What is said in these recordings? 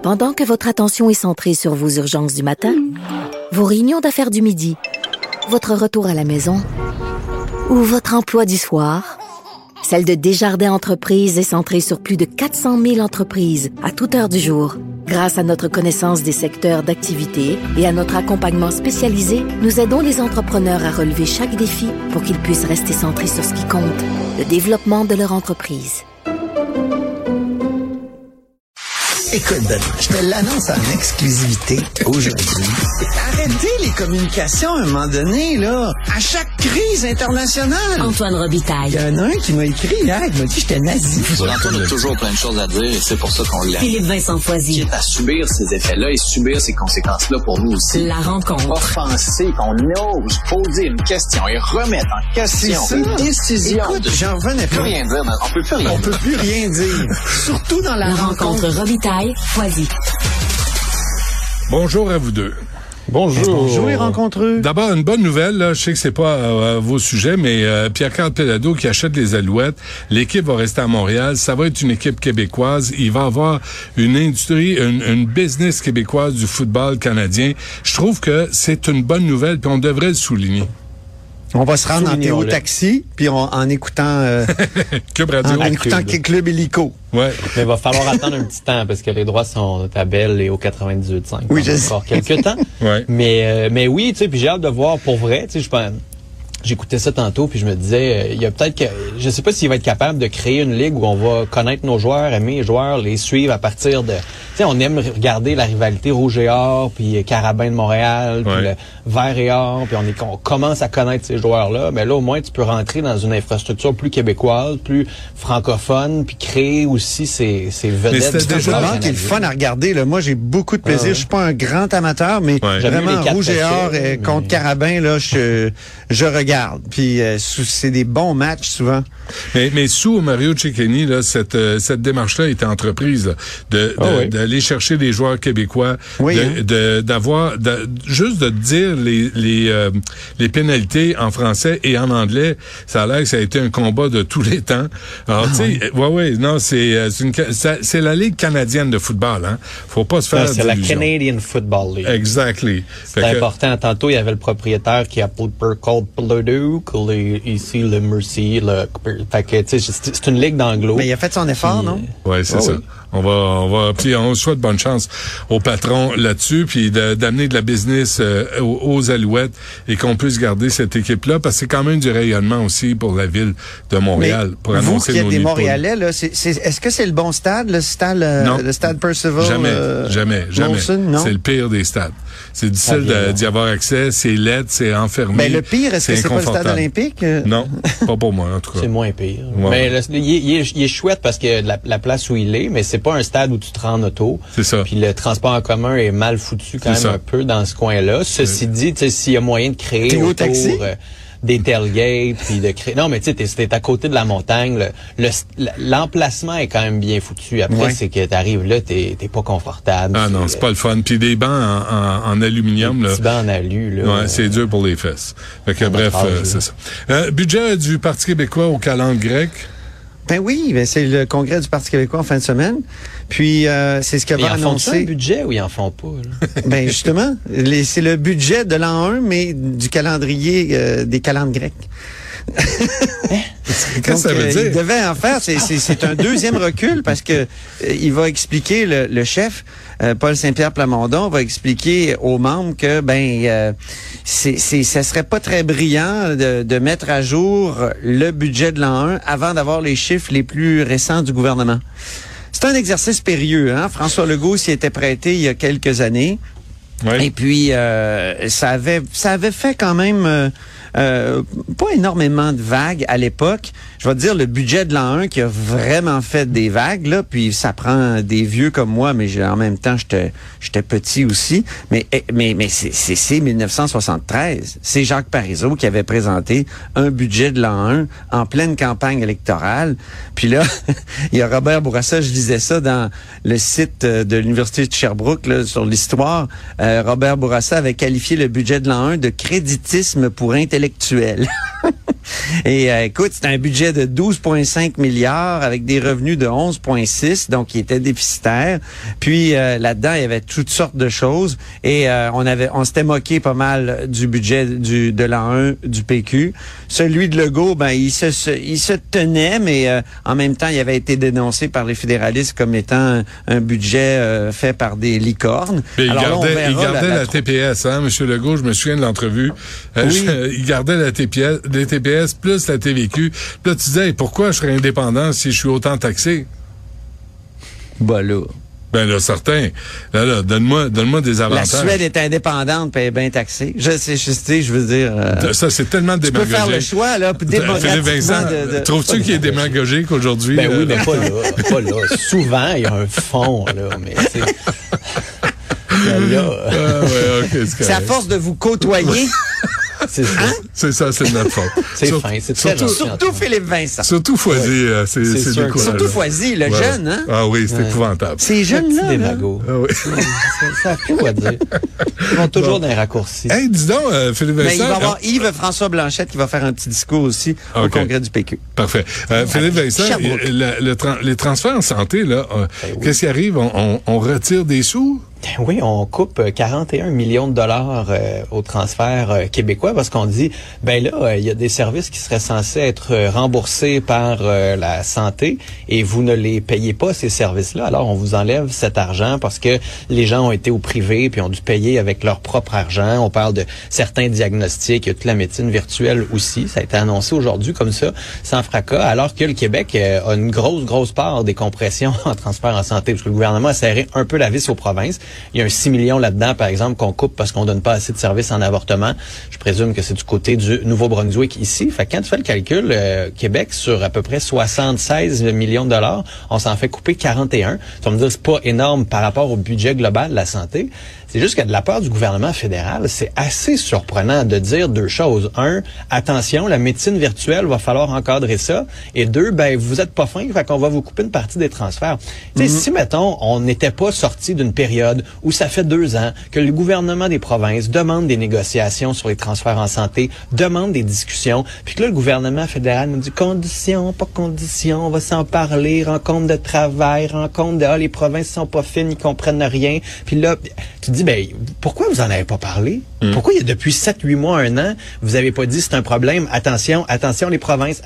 Pendant que votre attention est centrée sur vos urgences du matin, vos réunions d'affaires du midi, votre retour à la maison ou votre emploi du soir, celle de Desjardins Entreprises est centrée sur plus de 400 000 entreprises à toute heure du jour. Grâce à notre connaissance des secteurs d'activité et à notre accompagnement spécialisé, nous aidons les entrepreneurs à relever chaque défi pour qu'ils puissent rester centrés sur ce qui compte, le développement de leur entreprise. Écoute, Ben, je te l'annonce en exclusivité aujourd'hui. Arrêtez les communications à un moment donné, là. À chaque crise internationale. Antoine Robitaille. Il y en a un qui m'a écrit hier, il m'a dit que j'étais nazi. Antoine a toujours plein de choses à dire et c'est pour ça qu'on l'aime. Philippe Vincent Foisy. Quitte à subir ces effets-là et subir ces conséquences-là pour nous aussi. La rencontre. Offenser, qu'on ose poser une question et remettre en question une décision. Écoute, j'en revenais plus pas. rien dire, on peut plus rien dire. On peut plus rien dire. Surtout dans la rencontre. Robitaille. Foisy. Bonjour à vous deux. Bonjour. Bonjour les rencontreux. D'abord, une bonne nouvelle, là, je sais que c'est pas vos sujets, mais Pierre-Carl Péladeau qui achète les Alouettes, l'équipe va rester à Montréal, ça va être une équipe québécoise, il va avoir une industrie, une business québécoise du football canadien. Je trouve que c'est une bonne nouvelle, puis on devrait le souligner. On va se rendre en Théo Taxi, puis en écoutant Club Radio. en écoutant Club Illico. Ouais. Mais il va falloir attendre un petit temps parce que les droits sont à Bell et au 98.5. Oui, je sais. Encore quelques temps. Ouais. Mais oui, tu sais, puis j'ai hâte de voir pour vrai, tu sais, je pense. J'écoutais ça tantôt puis je me disais il y a peut-être que je sais pas s'il va être capable de créer une ligue où on va connaître nos joueurs, aimer les joueurs, les suivre à partir de tu sais on aime regarder la rivalité rouge et or puis Carabin de Montréal puis le vert et or puis on commence à connaître ces joueurs-là, mais là au moins tu peux rentrer dans une infrastructure plus québécoise, plus francophone puis créer aussi ces vedettes. Mais c'est déjà qui est le fun à regarder là. Moi j'ai beaucoup de plaisir, je suis pas un grand amateur mais vraiment rouge et or contre Carabin là je regarde. Puis c'est des bons matchs souvent. Mais sous Mario Cecchini, là, cette démarche-là était entreprise d'aller chercher des joueurs québécois, juste de dire les pénalités en français et en anglais. Ça a l'air que ça a été un combat de tous les temps. Alors tu sais, non, c'est la Ligue canadienne de football, hein. Faut pas se faire c'est la Canadian Football League. Exactly. C'est important. Tantôt, il y avait le propriétaire qui a Cold Purdue, ici le Mercy, fait que tu sais c'est une ligue d'anglo. Mais il a fait son effort, non? Ouais, c'est ça. Oui. On va puis on souhaite bonne chance au patron là-dessus puis d'amener de la business aux Alouettes et qu'on puisse garder cette équipe-là parce que c'est quand même du rayonnement aussi pour la ville de Montréal. Mais pour annoncer vous qui nos êtes des Montréalais là, est-ce que c'est le bon stade, le stade Percival? Jamais. Molson, non? C'est le pire des stades. C'est difficile d'y avoir accès, c'est laid, c'est enfermé. Mais le pire, est-ce que c'est pas le stade olympique? Non, pas pour moi en tout cas. C'est moins pire. Ouais. Mais il est chouette parce que la place où il est, mais c'est pas un stade où tu te rends en auto. C'est ça. Puis le transport en commun est mal foutu quand même un peu dans ce coin-là. Ceci dit, tu sais, s'il y a moyen de créer autour des tailgates puis de créer. Non, mais tu sais, t'es à côté de la montagne. L'emplacement est quand même bien foutu. Après, c'est que t'arrives là, t'es pas confortable. Ah non, c'est pas le fun. Puis des bancs en aluminium là. Des petits bancs en alu là. Ouais, c'est dur pour les fesses. Fait que bref, c'est ça. Budget du Parti québécois au calendrier grec. Ben oui, ben c'est le congrès du Parti québécois en fin de semaine. Puis c'est ce que va annoncer. Ils en font un budget ou ils en font pas? Là? Ben justement, c'est le budget de l'an 1, mais du calendrier des calendriers grecs. Qu'est-ce que ça veut dire? Il devait en faire. C'est un deuxième recul parce que il va expliquer le chef Paul Saint-Pierre Plamondon va expliquer aux membres que ça serait pas très brillant de mettre à jour le budget de l'an 1 avant d'avoir les chiffres les plus récents du gouvernement. C'est un exercice périlleux, hein. François Legault s'y était prêté il y a quelques années. Oui. Et puis ça avait fait quand même pas énormément de vagues à l'époque. Je vais te dire, le budget de l'an 1 qui a vraiment fait des vagues, là, puis ça prend des vieux comme moi, mais en même temps, j'étais petit aussi. Mais c'est 1973. C'est Jacques Parizeau qui avait présenté un budget de l'an 1 en pleine campagne électorale. Puis là, il y a Robert Bourassa, je lisais ça dans le site de l'Université de Sherbrooke, là, sur l'histoire. Robert Bourassa avait qualifié le budget de l'an 1 de créditisme pour intellectuels. Et écoute, c'était un budget de 12,5 milliards avec des revenus de 11,6, donc qui était déficitaire. Puis là-dedans, il y avait toutes sortes de choses. Et on s'était moqué pas mal du budget de l'an 1 du PQ. Celui de Legault, ben il se tenait, mais en même temps, il avait été dénoncé par les fédéralistes comme étant un budget fait par des licornes. Mais Alors, il gardait la TPS, hein, M. Legault, je me souviens de l'entrevue. Oui. Il gardait la TPS plus la TVQ. Puis là, tu disais, pourquoi je serais indépendant si je suis autant taxé? Ben là, certain. Là, donne-moi des avantages. La Suède est indépendante puis elle est bien taxée. Je veux dire... ça, c'est tellement démagogique. Tu peux faire le choix, là, Philippe Vincent, trouves-tu qu'il est démagogique aujourd'hui? Ben oui, mais pas là. Souvent, il y a un fond, là, mais c'est... C'est à force de vous côtoyer. C'est ça. C'est ça, c'est de notre faute. C'est fin, c'est très surtout Philippe Vincent. Surtout Foisy, c'est décourageant. Surtout Foisy, le jeune, hein? Ah oui, c'est épouvantable. Ces jeunes-là, démago. Ah oui. Ça a plus quoi dire. Ils vont toujours dans les raccourcis. Hey, dis donc, Philippe Vincent. Mais il va y avoir Yves-François Blanchette qui va faire un petit discours aussi au congrès du PQ. Parfait. Philippe Vincent, les transferts en santé, là, qu'est-ce qui arrive? On retire des sous? Oui, on coupe 41 millions de dollars au transfert québécois parce qu'on dit, ben là, il y a des services qui seraient censés être remboursés par la santé et vous ne les payez pas, ces services-là. Alors, on vous enlève cet argent parce que les gens ont été au privé puis ont dû payer avec leur propre argent. On parle de certains diagnostics, il y a toute la médecine virtuelle aussi. Ça a été annoncé aujourd'hui comme ça, sans fracas, alors que le Québec a une grosse part des compressions en transfert en santé parce que le gouvernement a serré un peu la vis aux provinces. Il y a un 6 millions là-dedans, par exemple, qu'on coupe parce qu'on donne pas assez de services en avortement. Je présume que c'est du côté du Nouveau-Brunswick ici. Fait que quand tu fais le calcul, Québec, sur à peu près 76 millions de dollars, on s'en fait couper 41. Tu vas me dire, c'est pas énorme par rapport au budget global de la santé. C'est juste que de la part du gouvernement fédéral, c'est assez surprenant de dire deux choses. Un, attention, la médecine virtuelle, va falloir encadrer ça. Et deux, ben vous êtes pas fin, fait qu'on va vous couper une partie des transferts. Tu sais, si, mettons, on n'était pas sorti d'une période où ça fait 2 ans que le gouvernement des provinces demande des négociations sur les transferts en santé, demande des discussions, puis que là, le gouvernement fédéral nous dit conditions, pas conditions, on va s'en parler, rencontre de travail, rencontre de les provinces sont pas fines, ils comprennent rien. Puis là, tu te dis, ben, pourquoi vous en avez pas parlé? Pourquoi il y a depuis 7-8 mois, 1 an, vous avez pas dit c'est un problème, attention les provinces,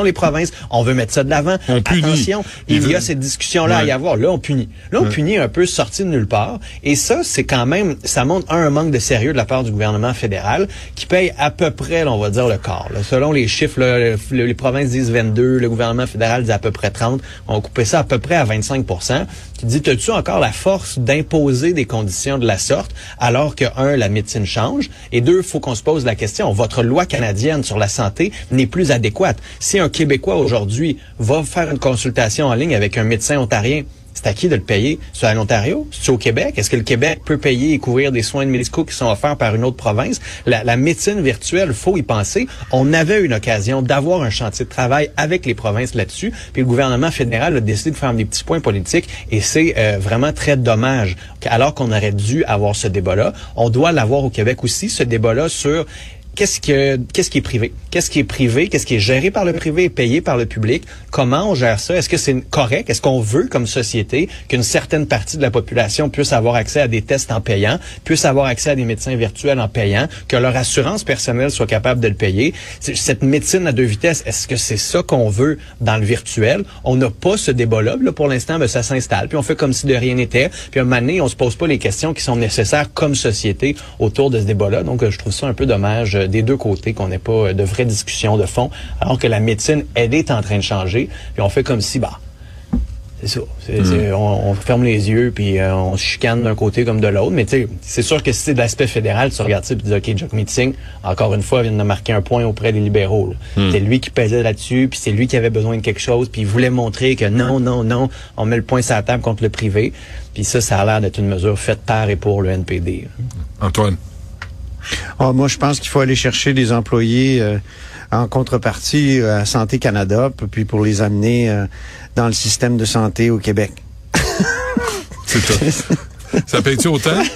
on veut mettre ça de l'avant, attention, il y a cette discussion-là à y avoir. Là, on punit. Là, on punit un peu sorti de nulle part. Et ça, c'est quand même, ça montre un manque de sérieux de la part du gouvernement fédéral qui paye à peu près, là, on va dire, le quart. Là. Selon les chiffres, là, les provinces disent 22, le gouvernement fédéral dit à peu près 30. On va couper ça à peu près à 25%. Tu dis, as-tu encore la force d'imposer des conditions de la sorte alors que, 1, la médecine change et 2, il faut qu'on se pose la question, votre loi canadienne sur la santé n'est plus adéquate. Si un Québécois aujourd'hui va faire une consultation en ligne avec un médecin ontarien, c'est à qui de le payer? C'est à l'Ontario? C'est au Québec? Est-ce que le Québec peut payer et couvrir des soins médicaux qui sont offerts par une autre province? La médecine virtuelle, faut y penser. On avait une occasion d'avoir un chantier de travail avec les provinces là-dessus, puis le gouvernement fédéral a décidé de faire des petits points politiques et c'est vraiment très dommage. Alors qu'on aurait dû avoir ce débat-là, on doit l'avoir au Québec aussi, ce débat-là sur qu'est-ce qui est privé? Qu'est-ce qui est privé? Qu'est-ce qui est géré par le privé et payé par le public? Comment on gère ça? Est-ce que c'est correct? Est-ce qu'on veut, comme société, qu'une certaine partie de la population puisse avoir accès à des tests en payant, puisse avoir accès à des médecins virtuels en payant, que leur assurance personnelle soit capable de le payer? Cette médecine à 2 vitesses, est-ce que c'est ça qu'on veut dans le virtuel? On n'a pas ce débat-là. Là, pour l'instant, ben, ça s'installe. Puis on fait comme si de rien n'était. Puis à un moment donné, on se pose pas les questions qui sont nécessaires comme société autour de ce débat-là. Donc, je trouve ça un peu dommage des deux côtés qu'on n'ait pas de vraies discussions de fond, alors que la médecine, elle est en train de changer, puis on fait comme si, c'est ça. On ferme les yeux, puis on se chicane d'un côté comme de l'autre, mais tu sais, c'est sûr que si c'est de l'aspect fédéral, tu regardes ça, puis tu dis, OK, Jock Meeting, encore une fois, vient de marquer un point auprès des libéraux. C'est lui qui pesait là-dessus, puis c'est lui qui avait besoin de quelque chose, puis il voulait montrer que non, on met le point sur la table contre le privé, puis ça a l'air d'être une mesure faite par et pour le NPD. Antoine? Moi, je pense qu'il faut aller chercher des employés en contrepartie à Santé Canada, puis pour les amener dans le système de santé au Québec. C'est ça. Ça paye-tu autant?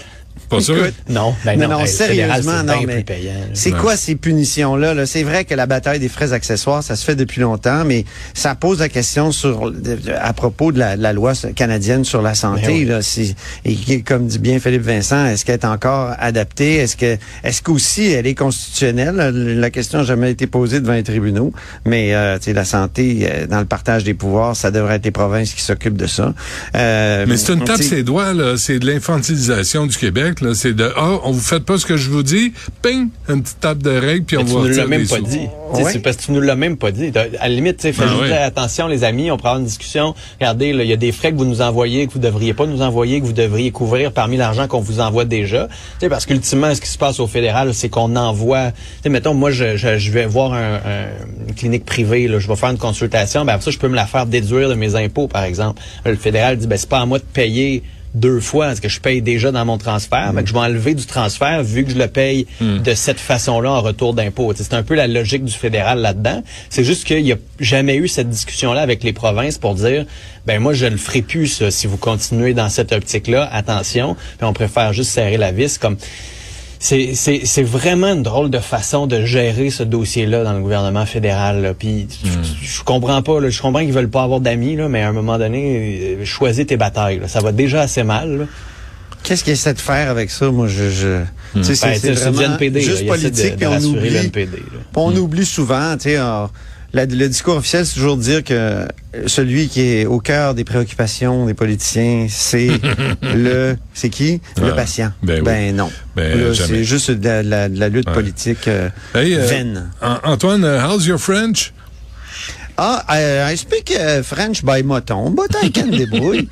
Pas sûr? Écoute, Non, non, sérieusement, non, mais c'est Non. quoi ces punitions-là? Là? C'est vrai que la bataille des frais accessoires, ça se fait depuis longtemps, mais ça pose la question à propos de la loi canadienne sur la santé. Oui. Là, et comme dit bien Philippe Vincent, est-ce qu'elle est encore adaptée? Est-ce qu'aussi elle est constitutionnelle? La question n'a jamais été posée devant les tribunaux, mais la santé, dans le partage des pouvoirs, ça devrait être les provinces qui s'occupent de ça. Mais c'est une tape ses doigts, là. C'est de l'infantilisation du Québec. Là, c'est on vous faites pas ce que je vous dis, ping, une petite tape de règle, puis on va tu nous l'as retirer même des pas sous. dit. Ouais. C'est parce que tu nous l'as même pas dit. À la limite, fais juste attention, les amis, on pourra avoir une discussion. Regardez, il y a des frais que vous nous envoyez, que vous devriez pas nous envoyer, que vous devriez couvrir parmi l'argent qu'on vous envoie déjà. Parce qu'ultimement, ce qui se passe au fédéral, c'est qu'on envoie. Mettons, moi, je vais voir une clinique privée, là, je vais faire une consultation, après ça, je peux me la faire déduire de mes impôts, par exemple. Là, le fédéral dit, c'est pas à moi de payer 2 fois, parce que je paye déjà dans mon transfert, mais que je vais enlever du transfert vu que je le paye de cette façon-là en retour d'impôt. C'est un peu la logique du fédéral là-dedans. C'est juste qu'il n'y a jamais eu cette discussion-là avec les provinces pour dire, moi, je le ferai plus, ça, si vous continuez dans cette optique-là. Attention, puis on préfère juste serrer la vis. Comme c'est vraiment une drôle de façon de gérer ce dossier-là dans le gouvernement fédéral. Là. Puis je comprends pas. Là, je comprends qu'ils veulent pas avoir d'amis, là, mais à un moment donné, choisis tes batailles. Là. Ça va déjà assez mal. Là. Qu'est-ce qu'il essaie de faire avec ça? Moi, c'est vraiment du NPD, juste là. politique, puis on oublie souvent, tu sais, le discours officiel, c'est toujours de dire que celui qui est au cœur des préoccupations des politiciens, c'est c'est qui? Le patient. Oui. Non. Là, c'est juste de la lutte politique vaine. Antoine, how's your French? I speak French by moton, but I can débrouille.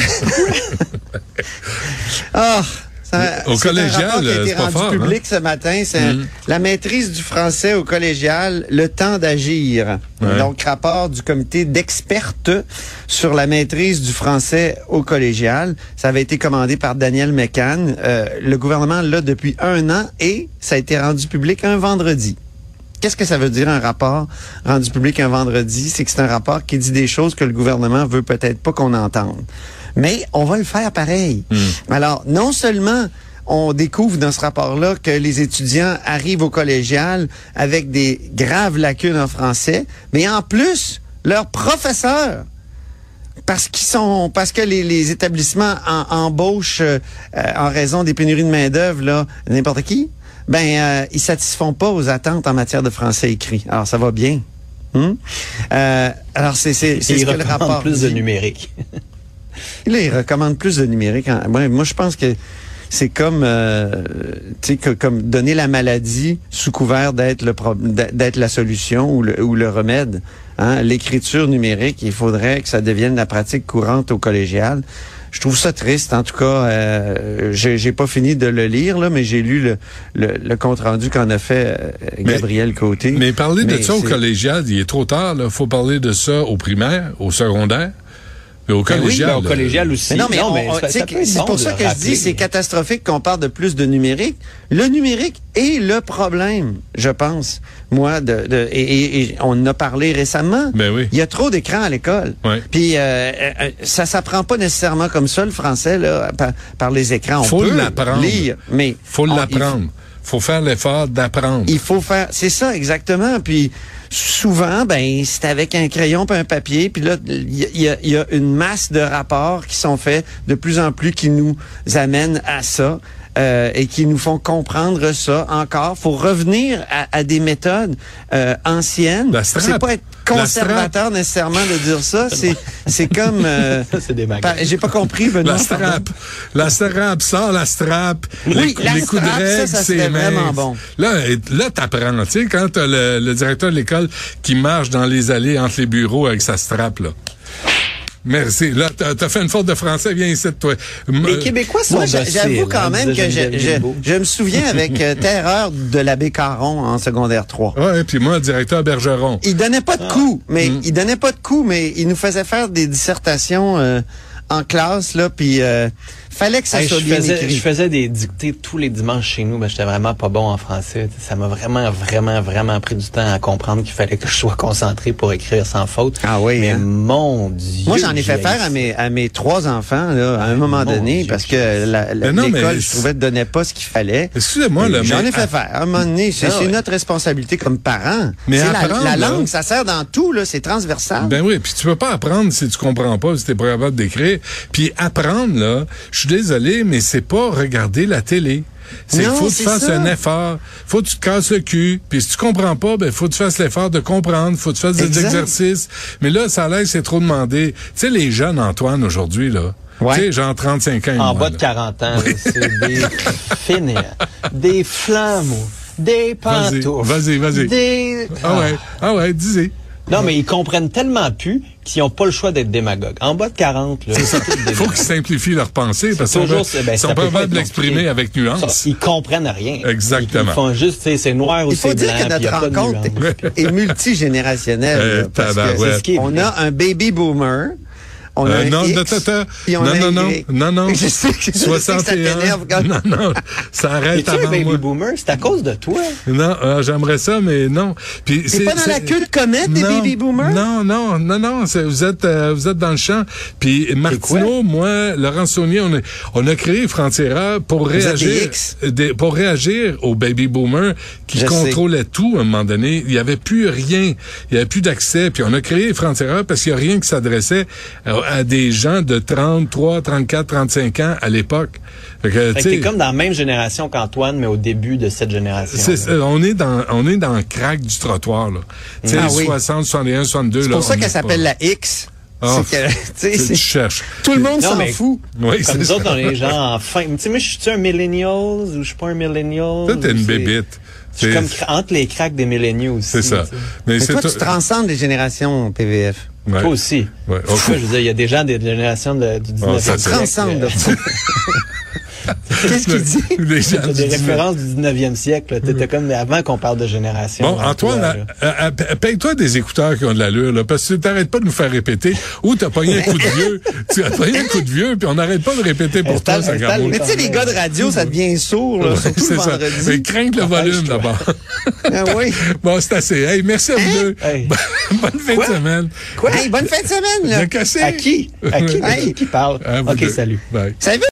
Au collégial, c'est pas fort, public ce matin, c'est la maîtrise du français au collégial, le temps d'agir. Ouais. Donc, rapport du comité d'expertes sur la maîtrise du français au collégial. Ça avait été commandé par Daniel Mécan. Le gouvernement l'a depuis 1 an et ça a été rendu public un vendredi. Qu'est-ce que ça veut dire un rapport rendu public un vendredi? C'est que c'est un rapport qui dit des choses que le gouvernement veut peut-être pas qu'on entende. Mais on va le faire pareil. Alors, non seulement on découvre dans ce rapport-là que les étudiants arrivent au collégial avec des graves lacunes en français, mais en plus, leurs professeurs, parce que les établissements embauchent en raison des pénuries de main-d'œuvre, là, n'importe qui, ils satisfont pas aux attentes en matière de français écrit. Alors, ça va bien. Alors, c'est ce que le rapport plus dit. de numérique. Là, il recommande plus de numérique. Moi, je pense que c'est comme, comme donner la maladie sous couvert d'être la solution ou le remède. Hein? L'écriture numérique, il faudrait que ça devienne la pratique courante au collégial. Je trouve ça triste. En tout cas, j'ai pas fini de le lire, là, mais j'ai lu le compte-rendu qu'en a fait Gabriel Côté. Mais parler de ça au collégial, il est trop tard. Il faut parler de ça au primaire, au secondaire. Au collégial, au collégial aussi. Mais c'est pour ça que je dis c'est catastrophique qu'on parle de plus de numérique. Le numérique est le problème, je pense. Moi, et on en a parlé récemment. Oui. Il y a trop d'écrans à l'école. Oui. Puis ça s'apprend pas nécessairement comme ça le français là par les écrans. Faut on peut l'apprendre. Lire, mais faut l'apprendre. Faut faire l'effort d'apprendre. Il faut faire, c'est ça exactement. Puis souvent, c'est avec un crayon et un papier. Puis là, il y a une masse de rapports qui sont faits de plus en plus qui nous amènent à ça. Et qui nous font comprendre ça encore. Faut revenir à des méthodes anciennes. C'est pas être conservateur nécessairement de dire ça. C'est comme. C'est des magasins. J'ai pas compris, Benoît. La strap, sort la strap. Oui, les coups de règle, ça serait vraiment bon. Là, t'apprends. Tu sais, quand t'as le directeur de l'école qui marche dans les allées entre les bureaux avec sa strap, là. Merci. Là, t'as fait une faute de français, viens ici, toi. Les Québécois sont dociles. J'avoue quand même que je me souviens avec terreur de l'abbé Caron en secondaire 3. Ouais, puis moi, directeur Bergeron. Il donnait pas de coups, mais il nous faisait faire des dissertations en classe là, puis fallait que ça soit bien écrit. Je faisais des dictées tous les dimanches chez nous, mais j'étais vraiment pas bon en français. Ça m'a vraiment pris du temps à comprendre qu'il fallait que je sois concentré pour écrire sans faute. Ah oui, mais hein? Mon Dieu. Moi, j'en ai fait faire à mes 3 enfants, là, à un moment donné, parce que l'école, je trouvais, ne donnait pas ce qu'il fallait. Excusez-moi, là, j'en ai fait faire. À un moment donné, c'est notre responsabilité comme parents. Mais la langue, ça sert dans tout, là, c'est transversal. Ben oui, puis tu peux pas apprendre si tu comprends pas, si t'es pas capable d'écrire. Puis apprendre, là, je suis désolé, mais c'est pas regarder la télé. Il faut que tu fasses un effort. Faut que tu te casses le cul. Puis si tu comprends pas, ben faut que tu fasses l'effort de comprendre. Faut que tu fasses des exercices. Mais là, ça a l'air que c'est trop demandé. Tu sais, les jeunes, Antoine, aujourd'hui, là, tu sais, genre 35 ans. En bas de 40 ans, c'est des fainéants, des flammes, des pantoufles. Vas-y. Des... Ah ouais, disez. Non, mais ils comprennent tellement plus qu'ils n'ont pas le choix d'être démagogues. En bas de 40, là. Il faut qu'ils simplifient leur pensée parce qu'ils sont pas capables de l'exprimer avec nuance. Ça, ils comprennent rien. Exactement. Ils font juste, c'est noir ou c'est blanc. Il faut dire que notre rencontre est multigénérationnelle. Parce que on a un baby boomer. On a un X, puis on a un Y. Non. Je sais que 61. ça t'énerve quand Non, ça arrête avant moi. Es-tu un baby boomer? C'est à cause de toi. Non, j'aimerais ça, mais non. Puis c'est pas dans la queue de comète des baby boomers? Non. Vous êtes dans le champ. Puis Martineau, moi, Laurent Saunier, on a créé Frontiera pour réagir aux baby boomers qui contrôlaient tout à un moment donné. Il y avait plus rien. Il y avait plus d'accès. Puis on a créé Frontiera parce qu'il y a rien qui s'adressait à des gens de 33, 34, 35 ans à l'époque. T'es comme dans la même génération qu'Antoine, mais au début de cette génération. On est dans le crack du trottoir, là. Tu sais, 60, 61, 62, c'est là. pour ça qu'elle s'appelle la X. Tu cherches. Tout le monde s'en fout. Oui, comme nous autres, on est genre en fin. Tu sais, moi, je suis un millennial ou je suis pas un millennial? Toi, t'es une bébite. Je suis comme entre les cracks des milléniaux aussi. C'est ça. Mais toi, tu transcendes les générations PVF. Ouais. Toi aussi. Ouais. Okay. Je veux dire, il y a des gens des générations du 19e siècle. Ça transcende. Qu'est-ce qu'il dit? T'as des références du 19e siècle. T'étais comme avant qu'on parle de génération. Bon, Antoine, paye-toi des écouteurs qui ont de l'allure, là, parce que tu t'arrêtes pas de nous faire répéter. Ou t'as pogné un coup de vieux. Tu as pogné un coup de vieux, puis on n'arrête pas de répéter pour toi, ça garde. Mais tu sais, les gars de radio, ça devient sourd, là, surtout le vendredi. Mais crains le volume, d'abord. Ah oui. Bon, c'est assez. Hey, merci à vous deux. Bonne fin de semaine. Quoi? Hey, bonne fin de semaine, là. De casser. À qui? À qui parle? OK, salut. Bye. Salut.